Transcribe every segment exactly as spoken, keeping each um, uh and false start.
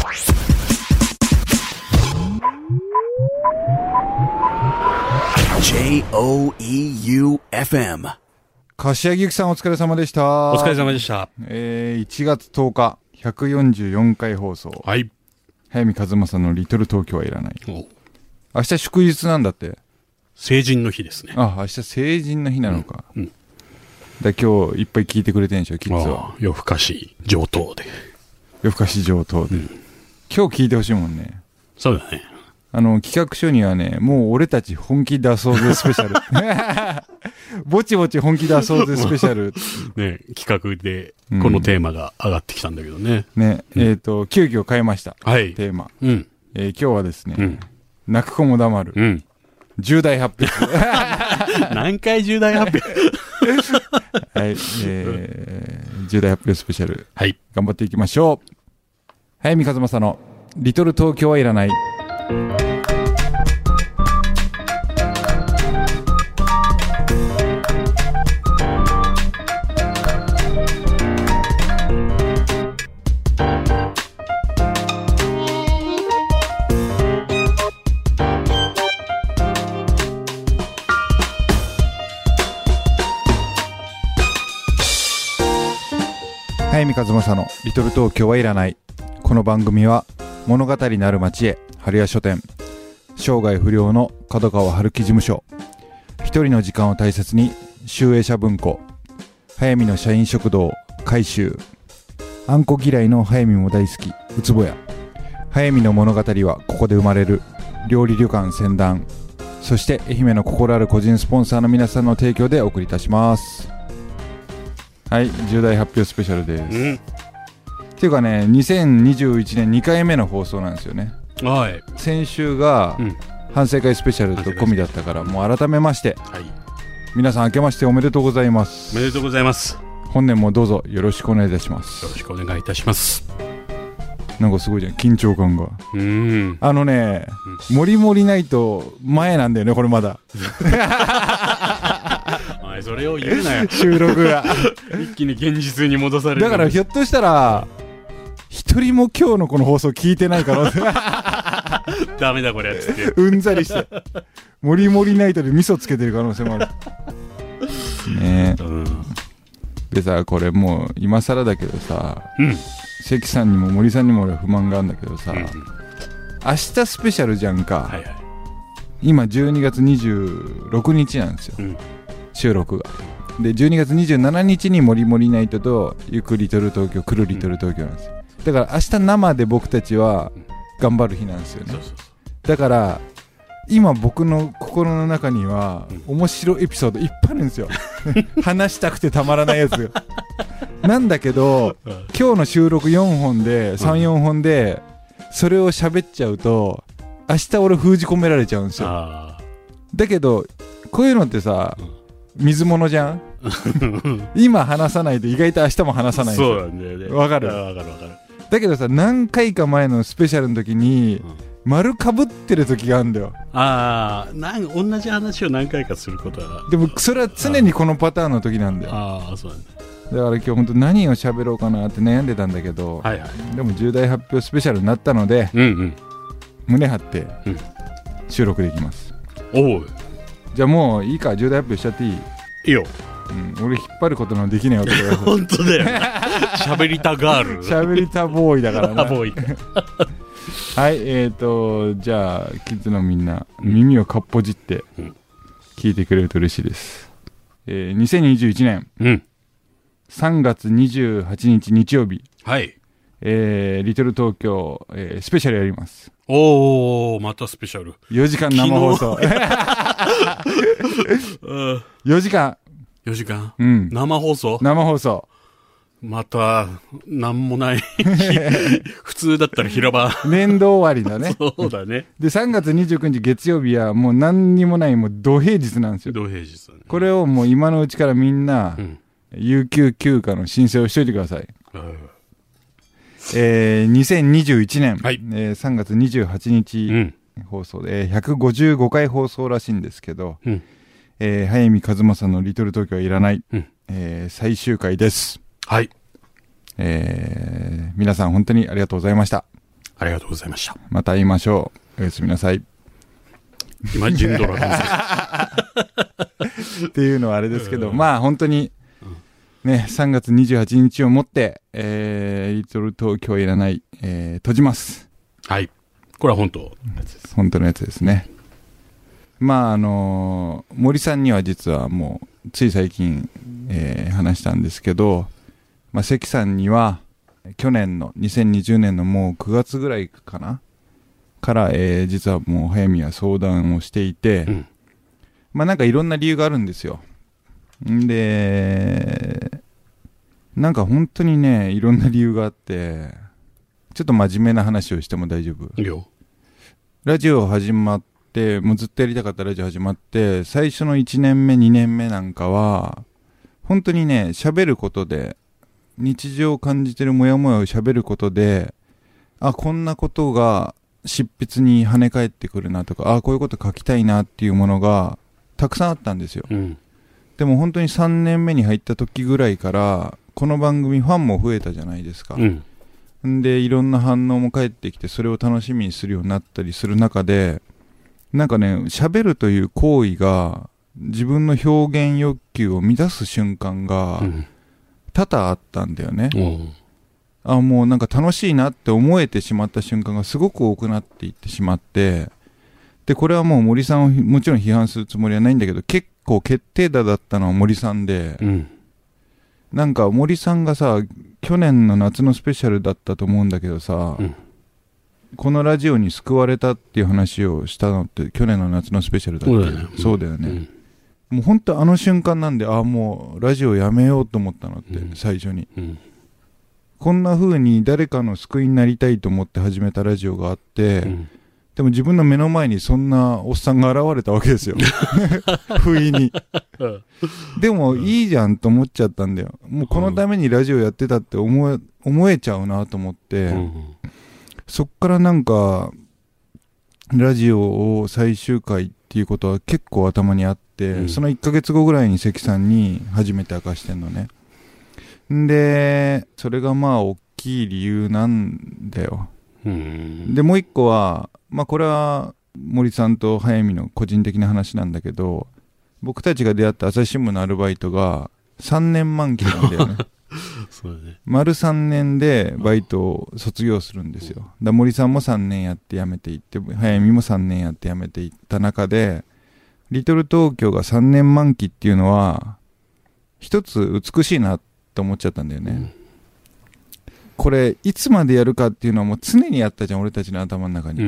ジェイオーイーユーエフエム柏木由紀さんお疲れ様でした。 お疲れ様でした。 えー、いちがつとおかひゃくよんじゅうよんかい放送。 はい。 早見和正のリトル東京はいらない。お明日祝日なんだって。 成人の日ですね。 あ、明日成人の日なのか。 うん。うん、 だ今日いっぱい聞いてくれてんでしょ、キッズは。 夜更かし上等で。 夜更かし上等で。うん、今日聞いてほしいもんね。 そうだね。あの、企画書にはね、もう俺たち本気出そうぜスペシャル。ぼちぼち本気出そうぜスペシャル。 ね、企画でこのテーマが上がってきたんだけどね。 うん、ね、えっ、ー、と、急遽変えました。 はい。 テーマ。 うん。 えー、今日はですね、 うん、 泣く子も黙る。 うん。 重大発表。 何回重大発表はい、えー、重大発表スペシャル。 はい。 頑張っていきましょう。早見和正のリトル東京はいらない。早見和正のリトル東京はいらない。この番組は物語なる町へ春屋書店、生涯不良の角川春樹事務所、一人の時間を大切に集英社文庫、早見の社員食堂改修、あんこ嫌いの早見も大好きうつぼや、早見の物語はここで生まれる料理旅館船団、そして愛媛の心ある個人スポンサーの皆さんの提供でお送りいたします。はい、重大発表スペシャルです。うん、っていうかね、にせんにじゅういちねんにかいめの放送なんですよね。 はい。 先週が反省会スペシャルと込みだったから、もう改めまして、はい、皆さん明けましておめでとうございます。 おめでとうございます。 本年もどうぞよろしくお願いいたします。 よろしくお願いいたします。 なんかすごいじゃん、緊張感が。 うん。 あのね、うん、もりもりないと前なんだよね、これまだ。 お前それを言うなよ。 収録が一気に現実に戻される。 だからひょっとしたら一人も今日のこの放送聞いてないからダメだこれっつってうんざりしてもりもりナイトで味噌つけてる可能性もあるねえ、うん、でさ、これもう今更だけどさ、うん、関さんにも森さんにも俺不満があるんだけどさ、うん、明日スペシャルじゃんか、はいはい、今じゅうにがつにじゅうろくにちなんですよ、うん、収録がでじゅうにがつにじゅうしちにちにもりもりナイトとゆくリトル東京来るリトル東京なんですよ。だから明日生で僕たちは頑張る日なんですよね。だから今僕の心の中には面白いエピソードいっぱいあるんですよ話したくてたまらないやつがなんだけど今日の収録よんほんで さん,よん 本でそれを喋っちゃうと明日俺封じ込められちゃうんですよ。だけどこういうのってさ、水物じゃん今話さないと意外と明日も話さないんですよ。 そうなんだよね。 わかるわかるわかる。 だけどさ、何回か前のスペシャルの時に、うん、丸かぶってる時があるんだよ。 ああ、なん同じ話を何回かすることは。 でもそれは常にこのパターンの時なんだよ。 ああ、そうなんだ。 だから今日本当何を喋ろうかなって悩んでたんだけど、はいはい、でも重大発表スペシャルになったので、うんうん、胸張って収録できます。 うん、おう。 じゃあもういいか、重大発表しちゃっていい？いいよ。 うん、俺引っ張ることのできない男だ本当だよ喋りたガール喋りたボーイだからなボーイはい、えーとじゃあキッズのみんな、うん、耳をかっぽじって聞いてくれると嬉しいです、えー、にせんにじゅういちねん、うん、さんがつにじゅうはちにち日曜日、 はい、 えー、リトル東京、えー、スペシャルやります。 おー、またスペシャルよじかん生放送よじかんよじかん、 うん、 生放送生放送またなんもない普通だったら平場年度終わりだねそうだね。 でさんがつにじゅうくにち月曜日はもう何にもない、もう土平日なんですよ。 土平日だね。 これをもう今のうちからみんな、うん、有給休暇の申請をしといてください、うん、えー、にせんにじゅういちねん、はい、えー、さんがつにじゅうはちにち放送で、うん、ひゃくごじゅうごかい放送らしいんですけど、うん、えー、早見和正のリトル東京はいらない、うん、えー、最終回です。 はい、 えー、皆さん本当にありがとうございました。 ありがとうございました。 また会いましょう。おやすみなさい。 今、ジンドラっていうのはあれですけど、まあ本当に、ね、さんがつにじゅうはちにちをもって、えー、リトル東京いらない、えー、閉じます。 はい。これは本当のやつです。 本当のやつですね。まああのー、森さんには実はもう、つい最近、えー、話したんですけど、まあ関さんには、去年のにせんにじゅうねんのもうくがつぐらいかなから、えー、実はもう早見は相談をしていて、うん、まあなんかいろんな理由があるんですよ。んで、なんか本当にね、いろんな理由があって、ちょっと真面目な話をしても大丈夫？ いいよ。 ラジオ始まって、もうずっとやりたかったラジオ始まって、最初のいちねんめ、にねんめなんかは、本当にね、喋ることで、日常を感じてるモヤモヤを喋ることで、あ、こんなことが執筆に跳ね返ってくるなとか、あ、こういうこと書きたいなっていうものがたくさんあったんですよ。うん、でも本当にさんねんめに入った時ぐらいから、この番組ファンも増えたじゃないですか。うん、で、いろんな反応も返ってきて、それを楽しみにするようになったりする中で、なんかね、喋るという行為が、自分の表現欲求を満たす瞬間が、多々あったんだよね。うん、あ、もうなんか楽しいなって思えてしまった瞬間がすごく多くなっていってしまって、で、これはもう森さんをもちろん批判するつもりはないんだけど、結構決定打だったのは森さんで、うん、なんか森さんがさ、去年の夏のスペシャルだったと思うんだけどさ、うん、このラジオに救われたっていう話をしたのって去年の夏のスペシャルだったよね。そうだよね。うん、もう本当あの瞬間なんで、ああもうラジオやめようと思ったのって、うん、最初に、うん、こんな風に誰かの救いになりたいと思って始めたラジオがあって、うん、でも自分の目の前にそんなおっさんが現れたわけですよ。不意に。でもいいじゃんと思っちゃったんだよ。もうこのためにラジオやってたって思え、思えちゃうなと思って、うん、そっからなんかラジオを最終回っていうことは結構頭にあって、うん、そのいっかげつごぐらいに関さんに初めて明かしてんのね。で、それがまあ大きい理由なんだよ。うん、で、もう一個は、まあこれは森さんと早見の個人的な話なんだけど、僕たちが出会った朝日新聞のアルバイトがさんねん満期なんだよね。 そうだね。 丸さんねんでバイトを卒業するんですよ。だ森さんもさんねんやって辞めていって、早見もさんねんやって辞めていった中で、リトル東京がさんねん満期っていうのは、一つ美しいなって思っちゃったんだよね。うん、これ、いつまでやるかっていうのはもう常にあったじゃん、俺たちの頭の中に。うん、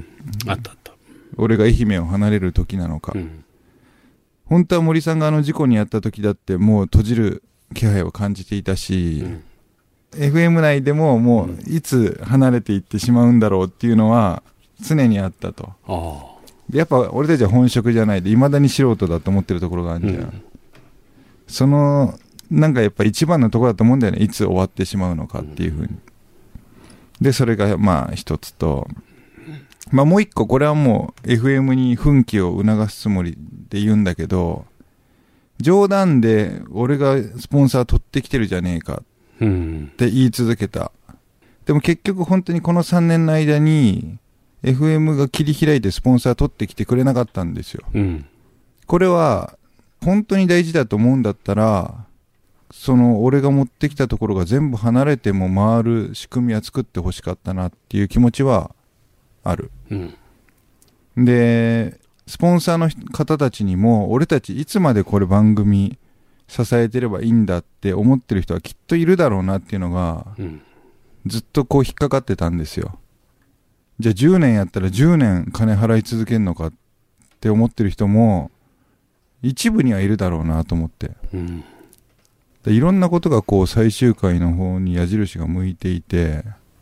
あったあった。俺が愛媛を離れる時なのか。うん、本当は森さんがあの事故に遭った時だってもう閉じる気配を感じていたし、うん、エフエム 内でももういつ離れていってしまうんだろうっていうのは常にあったと。あでやっぱ俺たちは本職じゃないで未だに素人だと思ってるところがあるじゃん。うん、そのなんかやっぱ一番のところだと思うんだよね。いつ終わってしまうのかっていうふうに。でそれがまあ一つと、まあもう一個これはもう エフエム に奮起を促すつもりで言うんだけど、冗談で俺がスポンサー取ってきてるじゃねえかって言い続けた。でも結局本当にこのさんねんの間に エフエム が切り開いてスポンサー取ってきてくれなかったんですよ。うん、これは本当に大事だと思うんだったら、その俺が持ってきたところが全部離れても回る仕組みは作ってほしかったなっていう気持ちはある。うん、で、スポンサーの方たちにも俺たちいつまでこれ番組支えてればいいんだって思ってる人はきっといるだろうなっていうのが、うん、ずっとこう引っかかってたんですよ。じゃあじゅうねんやったらじゅうねん金払い続けるのかって思ってる人も一部にはいるだろうなと思って、うん、でいろんなことがこう最終回の方に矢印が向いていて。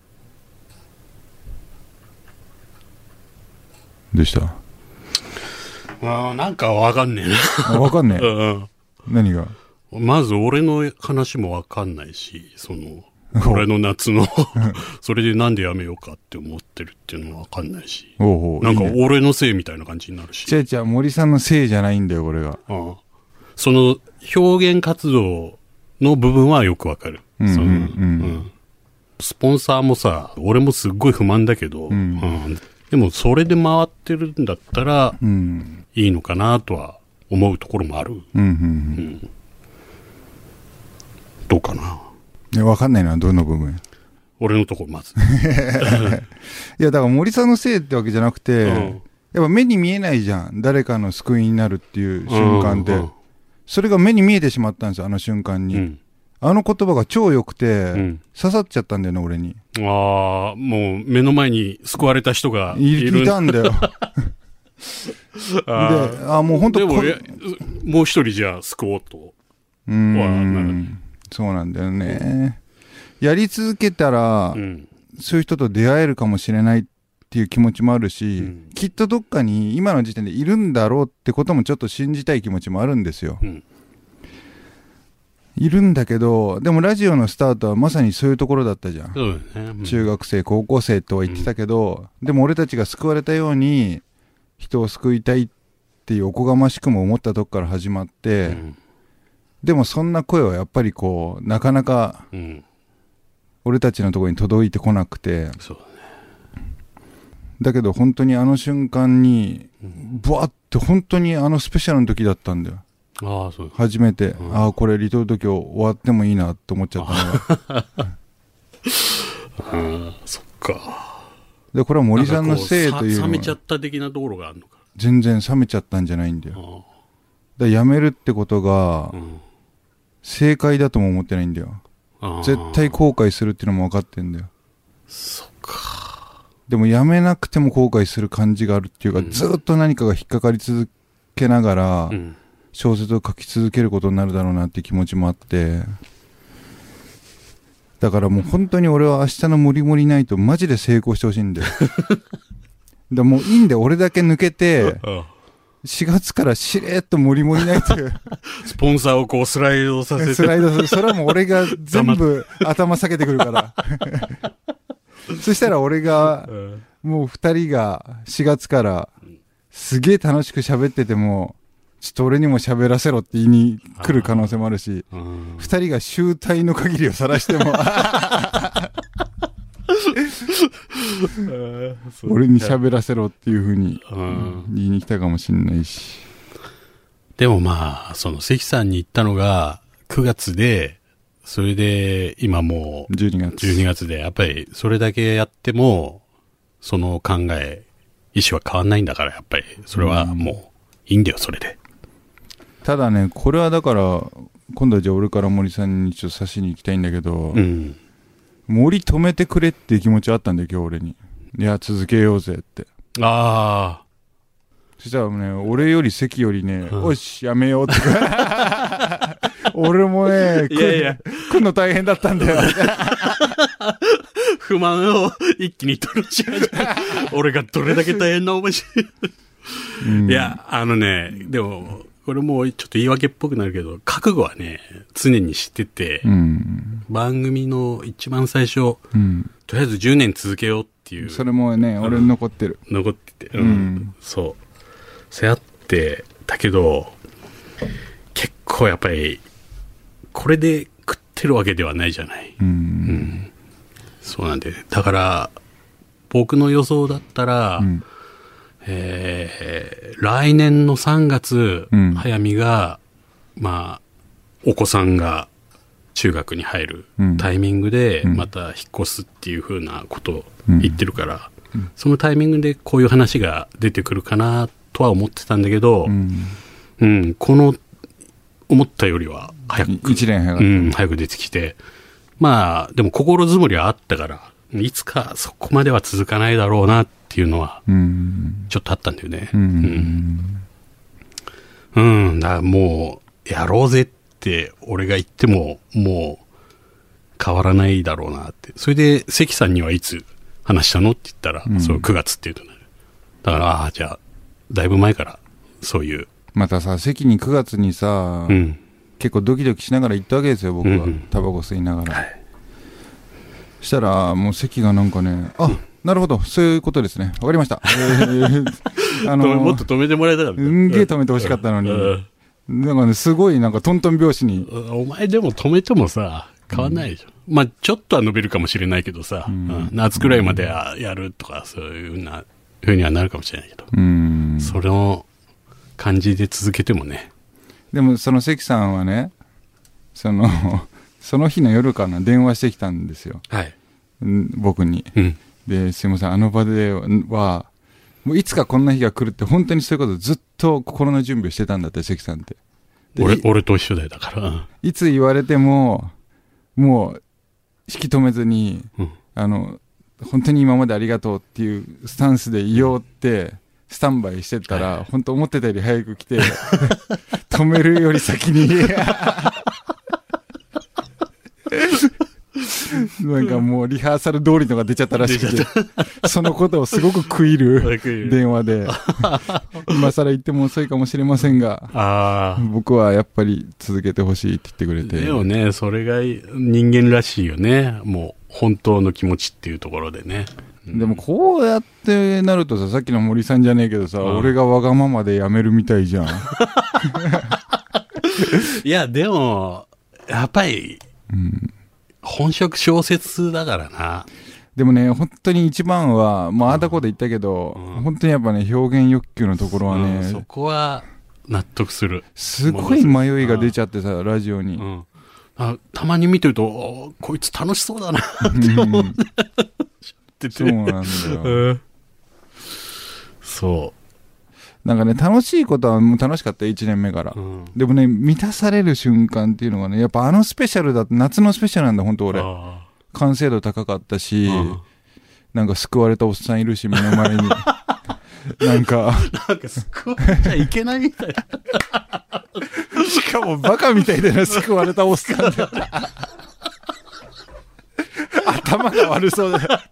どうした？ あなんかわかんねえな。わかんねえ。 うん、 何が？ まず俺の話もわかんないし、その俺の夏のそれでなんでやめようかって思ってるっていうのもわかんないし、おうおうなんか俺のせいみたいな感じになるし。 じゃあじゃあ森さんのせいじゃないんだよ俺が。ああその表現活動の部分はよくわかる。 うんうんうんうん、 スポンサーもさ、俺もすっごい不満だけど、うんうん、でもそれで回ってるんだったら、うん、いいのかなとは思うところもある。うんうんうん、どうかな。 いや、わかんないな、どの部分。 俺のところまず。 いや、だから森さんのせいってわけじゃなくて、うん、やっぱ目に見えないじゃん。誰かの救いになるっていう瞬間って。うんうん、それが目に見えてしまったんですよ、あの瞬間に。うん、あの言葉が超良くて、うん、刺さっちゃったんだよね、俺に。 ああ、もう目の前に救われた人がいる。 いたんだよ。あで、あもう本当でも、もう一人じゃあ救おうと。 うーん。そうなんだよね。やり続けたら、うん、そういう人と出会えるかもしれないっていう気持ちもあるし、うん、きっとどっかに今の時点でいるんだろうってこともちょっと信じたい気持ちもあるんですよ。うん、いるんだけど、でもラジオのスタートはまさにそういうところだったじゃん。 そうだね。うん、 中学生、高校生とは言ってたけど、うん、でも俺たちが救われたように人を救いたいっていうおこがましくも思ったとこから始まって、うん、でもそんな声はやっぱりこうなかなか俺たちのところに届いてこなくて、 そうだね。 だけど本当にあの瞬間にブワッて本当にあのスペシャルの時だったんだよ。 ああ、そう初めて、うん、ああこれリトル東京終わってもいいなって思っちゃったのがああ、そっか。 でこれは森さんのせいというのは冷めちゃった的なところがあるのか。 全然冷めちゃったんじゃないんだよ。だやめるってことが、うん、正解だとも思ってないんだよ。絶対後悔するっていうのも分かってんだよ。 そっか。 でもやめなくても後悔する感じがあるっていうか、うん、ずっと何かが引っかかり続けながら、うん、小説を書き続けることになるだろうなっていう気持ちもあって、だからもう本当に俺は明日のモリモリナイトマジで成功してほしいんだよ。だもういいんだよ、俺だけ抜けてしがつからしれっとモリモリナイトスポンサーをこうスライドさせてスライドする。それはもう俺が全部頭下げてくるからそしたら俺がもう二人がしがつからすげえ楽しく喋っててもちょっと俺にも喋らせろって言いに来る可能性もあるし、二人が集大の限りを晒しても俺に喋らせろっていう風に言いに来たかもしれないし。 でもまあその関さんに言ったのがくがつで、それで今もうじゅうにがつじゅうにがつでやっぱりそれだけやってもその考え意思は変わんないんだから、やっぱりそれはもういいんだよ、それで。 ただね、これはだから今度はじゃあ俺から森さんにちょっと差しに行きたいんだけど、うん、森止めてくれっていう気持ちあったんだよ今日俺に。いや続けようぜって。 ああ。 そしたらね、俺より関よりね、うん、おしやめようって俺もね、 いやいや来るの大変だったんだよ不満を一気に取りし始め俺がどれだけ大変な思いし、うん、いやあのね、でもこれもちょっと言い訳っぽくなるけど、覚悟はね常に知ってて、うん、番組の一番最初、うん、とりあえずじゅうねん続けようっていう、 それもね、うん、俺に残ってる残ってて、うんうん、そうせやってだけど結構やっぱりこれで食ってるわけではないじゃない、うんうん、そうなんで、だから僕の予想だったら、うん、えー、来年のさんがつ、うん、早見がまあお子さんが中学に入るタイミングでまた引っ越すっていう風なことを言ってるから、うんうん、そのタイミングでこういう話が出てくるかなとは思ってたんだけど、うんうん、この思ったよりは早く一年早く、 うん、早く出てきて、まあでも心づもりはあったからいつかそこまでは続かないだろうなっていうのはちょっとあったんだよね。うん、うん、うん、だからもうやろうぜって俺が言ってももう変わらないだろうなって。それで関さんにはいつ話したのって言ったら、うん、そうくがつっていうとなる。だからああじゃあだいぶ前からそういう、 またさ関にくがつにさ、うん、結構ドキドキしながら行ったわけですよ僕は、うんうん、タバコ吸いながら、はい、したらもう関がなんかね、あ、なるほどそういうことですね、わかりました、えー、 あのー、もっと止めてもらえたかった、 すんげえ止めてほしかったのに、なんかねすごいなんかトントン拍子に、 お前でも止めてもさ変わんないでしょ。うん、まあちょっとは伸びるかもしれないけどさ、うんうん、夏くらいまではやるとか、そういうふうな、ふうにはなるかもしれないけど、うん、その感じで続けてもね。 でもその関さんはね、その、その日の夜から電話してきたんですよ。はい。僕に。うん、で、すいません、あの場では、もういつかこんな日が来るって本当にそういうことずっと心の準備をしてたんだって、関さんって。 俺、俺と一緒だよ、だから。 いつ言われても、もう、引き止めずに、うん、あの、本当に今までありがとうっていうスタンスで言おうって、スタンバイしてたら、はい、本当思ってたより早く来て、止めるより先に、なんかもうリハーサル通りのが出ちゃったらしくて、そのことをすごく食いる電話で、今更言っても遅いかもしれませんが、あ僕はやっぱり続けてほしいって言ってくれて。 でもね、それが人間らしいよね。もう本当の気持ちっていうところでね。 うん、でもこうやってなるとさ、さっきの森さんじゃねえけどさ、うん、俺がわがままでやめるみたいじゃん。 いや、でも、やっぱり、うん本職小説だからな。 でもね、本当に一番は、まあ、あだこで言ったけど、うん、本当にやっぱね、表現欲求のところはね、うん、 そこは納得する。 すごい迷いが出ちゃってさ、ラジオに。うん、 あたまに見てると、こいつ楽しそうだなって思って、うん、 そうなんだよ。うん、 そう。 なんかね、楽しいことはもう楽しかった、いちねんめから、うん。でもね、満たされる瞬間っていうのがね、やっぱあのスペシャルだと、夏のスペシャルなんだ、本当俺。完成度高かったし、なんか救われたおっさんいるし、目の前に。なんか。 なんか救われちゃいけないみたいな。 しかもバカみたいだな、救われたおっさんで。頭が悪そうだよ。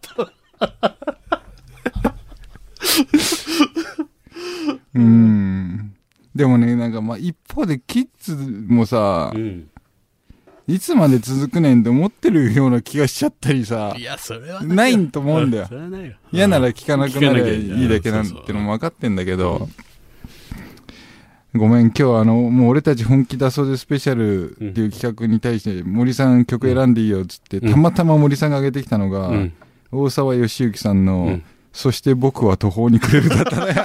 うーんでもね、なんかまあ一方でキッズもさ、うん、いつまで続くねんって思ってるような気がしちゃったりさ、 いやそれはないと思うんだよ。それはないよ。嫌なら聞かなくなればいいだけなんてのも分かってんだけど、ごめん今日あのもう俺たち本気出そうでスペシャルっていう企画に対して森さん曲選んでいいよっつって、うん、たまたま森さんが上げてきたのが、うん、大沢良之さんの、うん、そして僕は途方に暮れるだったね。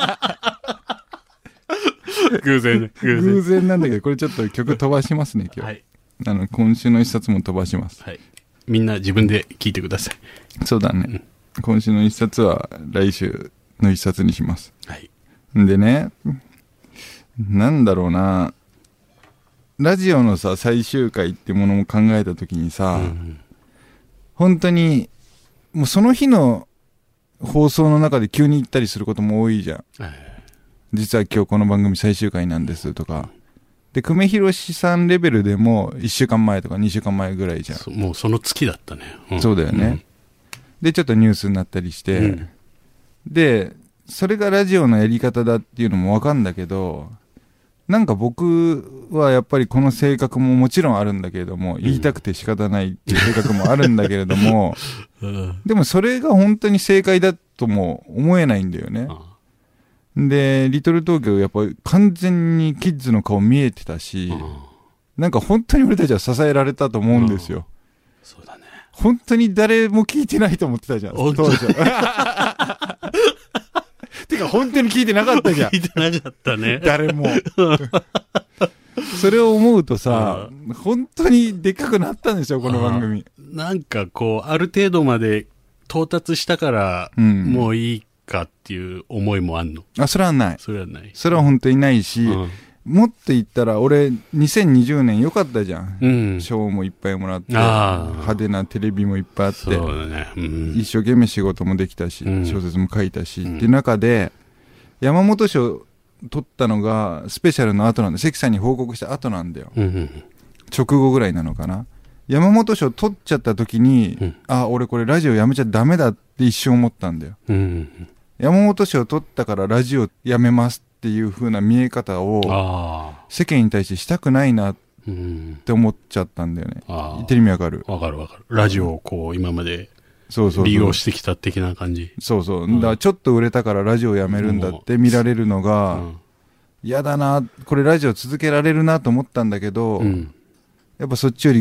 偶然ね。 偶然。偶然なんだけど、これちょっと曲飛ばしますね、今日。はい。あの、今週の一冊も飛ばします。 はい。みんな自分で聞いてください。 そうだね。うん、今週の一冊は来週の一冊にします。はい。でね、なんだろうな、ラジオのさ、最終回ってものも考えたときにさ、うん、本当に、もうその日の放送の中で急に行ったりすることも多いじゃん。はい実は今日この番組最終回なんですとか。で、久米宏さんレベルでもいっしゅうかんまえとかにしゅうかんまえぐらいじゃん。 もうその月だったね。 うん、そうだよね、うん。で、ちょっとニュースになったりして、うん、で、それがラジオのやり方だっていうのもわかんだけど、なんか僕はやっぱりこの性格ももちろんあるんだけれども、言いたくて仕方ないっていう性格もあるんだけれども、うん、でもそれが本当に正解だとも思えないんだよね。ああで、リトル東京やっぱり完全にキッズの顔見えてたし、うん、なんか本当に俺たちは支えられたと思うんですよ。うん、そうだね。本当に誰も聞いてないと思ってたじゃん。当時は。てか本当に聞いてなかったじゃん。 聞いてなかったね。 誰も。それを思うとさ、うん、本当にでっかくなったんでしょ、この番組。 なんかこう、ある程度まで到達したから、うん、もういい。かっていう思いもあんの？ あ、それはない。 それはない。 それは本当にないし、うん、もっと言ったら俺にせんにじゅうねん良かったじゃん。うん、賞もいっぱいもらって、派手なテレビもいっぱいあって、そうだね、うん、一生懸命仕事もできたし、うん、小説も書いたし、うん、っていう中で山本賞取ったのがスペシャルの後なんで、関さんに報告した後なんだよ。うんうん、直後ぐらいなのかな。山本賞取っちゃった時に、うん、あ、俺これラジオやめちゃダメだって一瞬思ったんだよ。うんうんうん山本賞を取ったからラジオやめますっていう風な見え方を世間に対してしたくないなって思っちゃったんだよね。言ってる意味わかる？ わかるわかる。ラジオをこう今まで利用してきた的な感じ。 そうそう。だからちょっと売れたからラジオやめるんだって見られるのが嫌だな、これラジオ続けられるなと思ったんだけど、うん、やっぱそっちより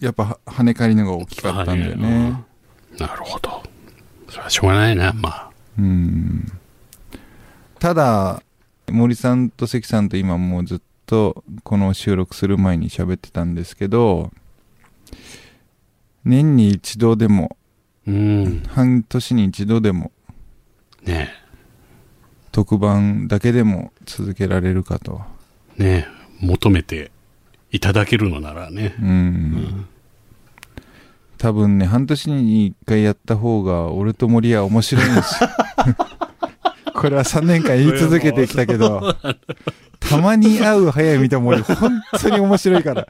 やっぱ跳ね返りのが大きかったんだよね。 なるほど。それはしょうがないな、まあ。 うん。ただ、森さんと関さんと今もうずっとこの収録する前に喋ってたんですけど、年に一度でも、 うん、 半年に一度でも、 ねえ、 特番だけでも続けられるかと。 ねえ、求めていただけるのならね。 うん。うん、多分ね、半年に一回やった方が俺と森は面白いんですよ。これはさんねんかん言い続けてきたけど、たまに会う早見と森、本当に面白いから。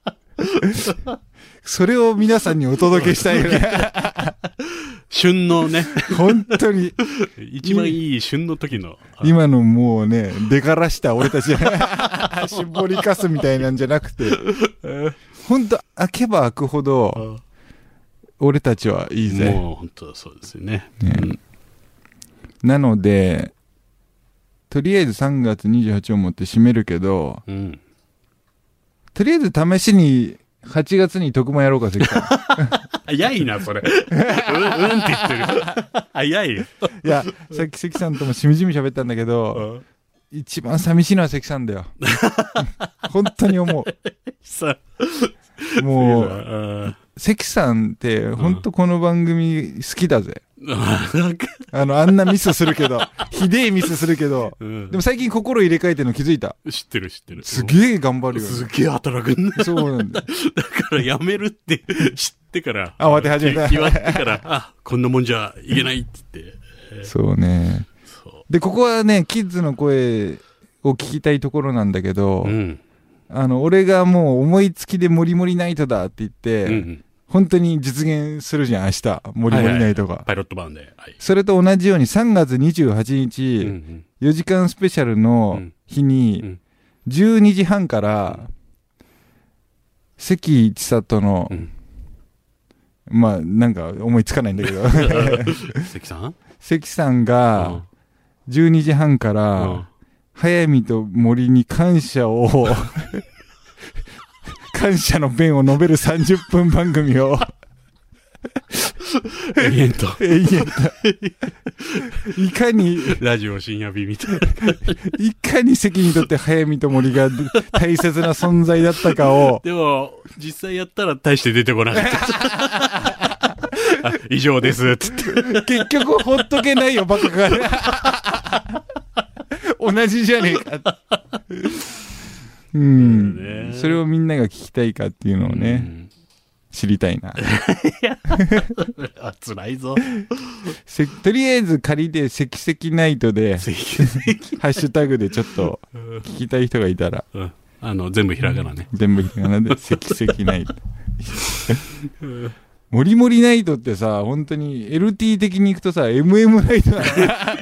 それを皆さんにお届けしたいよね。 旬のね。 本当に。 一番いい旬の時の。 今のもうね、出からした俺たち、絞りかすみたいなんじゃなくて、本当開けば開くほど、俺たちはいいぜ。 もう本当そうですよね。 ね、うん、なので、とりあえずさんがつにじゅうはちをもって締めるけど、うん、とりあえず試しにはちがつに特番やろうか、関さん。 早いな、それ。うん、うんって言ってる。早いよ。 いや、さっき関さんともしみじみ喋ったんだけど、うん、一番寂しいのは関さんだよ。本当に思う。もう、関さんって本当この番組好きだぜ。あの、あんなミスするけど、ひでえミスするけど、うん、でも最近心入れ替えてるの気づいた。 知ってる知ってる。 すげえ頑張るよ、ね。 すげえ働くんだ。 そうなんだ。 だから辞めるって知ってから、 慌て始めた。 決まってから、あ、こんなもんじゃいけないって言って。 そうね。そうで、ここはね、キッズの声を聞きたいところなんだけど、うん、あの、俺がもう思いつきでモリモリナイトだって言って、うんうん、本当に実現するじゃん、明日。モリモリナイトが。はいはいはい、 パイロット版で、はい。 それと同じようにさんがつにじゅうはちにち、うんうん、よじかんスペシャルの日に、うん、じゅうにじはんから、うん、関千里の、うん、まあ、なんか思いつかないんだけど。 関さん関さんが、じゅうにじはんから、うん、早見と森に感謝を、感謝の弁を述べるさんじゅっぷん番組を永遠と永遠といかにラジオ深夜日みたいな、 いかに関にとって早見と森が大切な存在だったかを。 でも実際やったら大して出てこなかったあ、以上ですっつって結局ほっとけないよバカが同じじゃねえかうん、それをみんなが聞きたいかっていうのをね、うん、知りたいな。 あ、辛いぞ。 とりあえず仮で関々ナイトでハッシュタグでちょっと聞きたい人がいたら、 うん、あの全部ひらがなね、 全部ひらがなで関々ナイト。モリモリナイトってさ、本当に エルティー 的に行くとさ エムエム ナイトだな。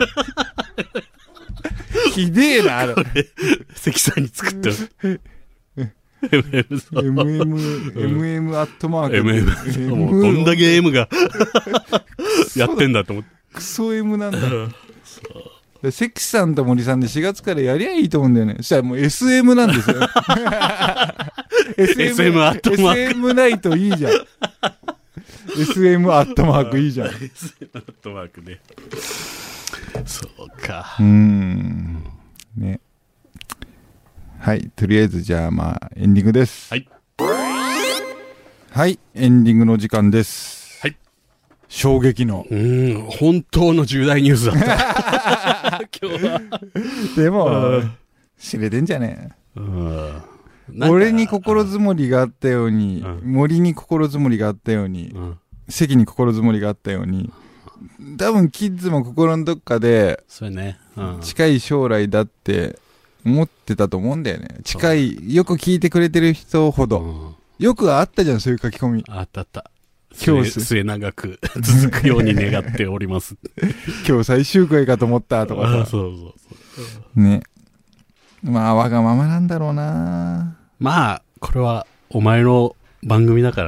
ひでえな、あれ。 関さんに作った。 エムエム、エムエム アットマーク。 エムエム。もうどんだけ M がやってんだと思って。 クソ M なんだ。関さんと森さんでしがつからやりゃいいと思うんだよね。そしたらもう エスエム なんですよ。エスエム アットマーク。エスエム ナイトいいじゃん。エスエム アットマークいいじゃん。エスエム アットマークね。そうか。うーん。ね。はい。とりあえずじゃあまあエンディングです。 はい。 はい。エンディングの時間です。 はい。 衝撃の。 うーん。本当の重大ニュースだった。今日は。 でも、知れてんじゃねえ。うん。俺に心づもりがあったように、うん、森に心づもりがあったように、うん、関に心づもりがあったように、多分キッズも心のどっかで、 そうね、うん、 近い将来だって思ってたと思うんだよね。近い、よく聞いてくれてる人ほど。うん、よくあったじゃん、そういう書き込み。 あったあった。今日末長く続くように願っております。 今日最終回かと思ったとかさ。 そうそうそう。 ね。まあ、わがままなんだろうな。 まあ、これはお前の番組だから。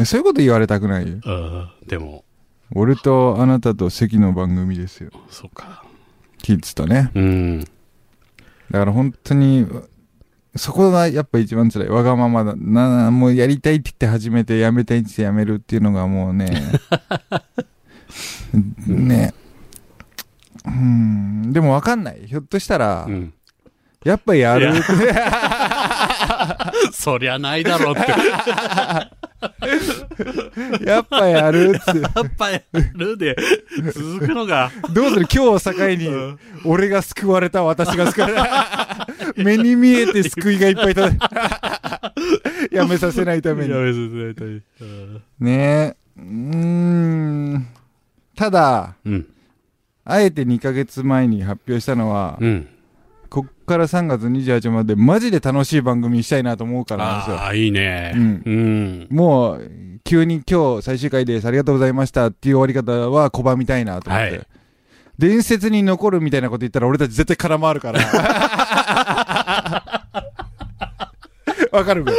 そういうこと言われたくないよ。 うん、でも。 俺とあなたと関の番組ですよ。 そうか。 キッズとね。 うん。 だから本当に、 そこがやっぱ一番辛い。わがままだ。な、もうやりたいって言って始めて、やめたいって言ってやめるっていうのがもうね。ね。うん。でもわかんない。ひょっとしたら、うん、やっぱやるって。 そりゃないだろうって。 やっぱやるって。 やっぱやるで、続くのが。 どうする今日を境に、俺が救われた、私が救われた。目に見えて救いがいっぱいた。やめさせないために。 やめさせないために。 ねえ。うーん。ただ、うん、あえてにかげつまえに発表したのは、うん、こっからさんがつにじゅうはちにちまでマジで楽しい番組にしたいなと思うからなんですよ。 ああ、いいね。 うん。うん、もう、急に今日最終回です。ありがとうございましたっていう終わり方は拒みたいなと思って。はい、伝説に残るみたいなこと言ったら俺たち絶対空回るから。わかるべ。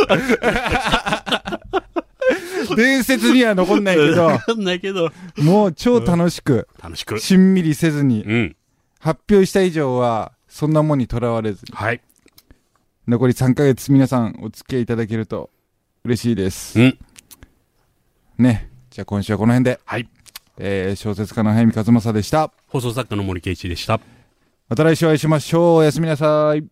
伝説には残んないけど。 残んないけど。 もう超楽しく。 楽しく。 しんみりせずに。 うん。 発表した以上は、そんなもんにとらわれずに。 はい。 残りさんかげつ皆さんお付き合いいただけると嬉しいです。うん。ね。じゃあ今週はこの辺で。 はい。 えー、小説家の早見和正でした。 放送作家の森圭一でした。 また来週お会いしましょう。おやすみなさい。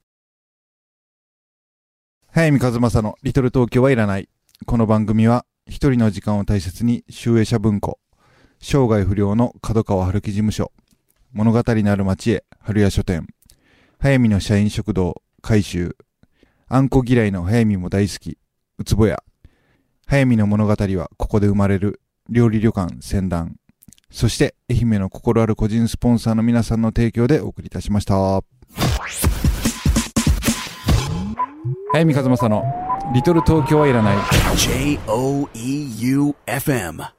早見和正のリトル東京はいらない。この番組は一人の時間を大切に集英社文庫、生涯不良の角川春樹事務所、物語のある町へ春屋書店、早見の社員食堂改修、あんこ嫌いの早見も大好きうつぼや、早見の物語はここで生まれる料理旅館船団、そして愛媛の心ある個人スポンサーの皆さんの提供でお送りいたしました。早見和正のリトル東京はいらない。 ジェイオーイーユーエフエム